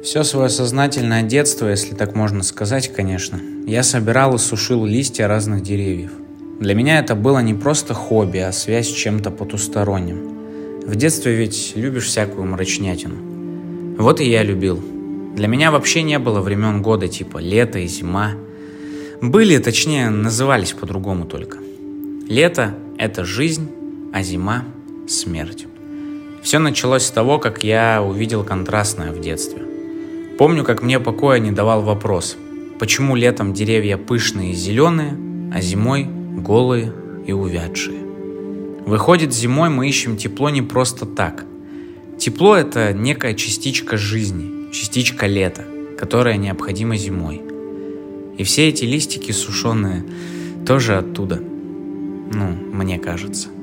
Все свое сознательное детство, если так можно сказать, конечно, я собирал и сушил листья разных деревьев. Для меня это было не просто хобби, а связь с чем-то потусторонним. В детстве ведь любишь всякую мрачнятину. Вот и я любил. Для меня вообще не было времен года типа лето и зима. Были, точнее, назывались по-другому только. Лето – это жизнь, а зима – смерть. Все началось с того, как я увидел контрастное в детстве. Помню, как мне покоя не давал вопрос, почему летом деревья пышные и зеленые, а зимой голые и увядшие. Выходит, зимой мы ищем тепло не просто так. Тепло – это некая частичка жизни, частичка лета, которая необходима зимой. И все эти листики сушеные тоже оттуда. Мне кажется.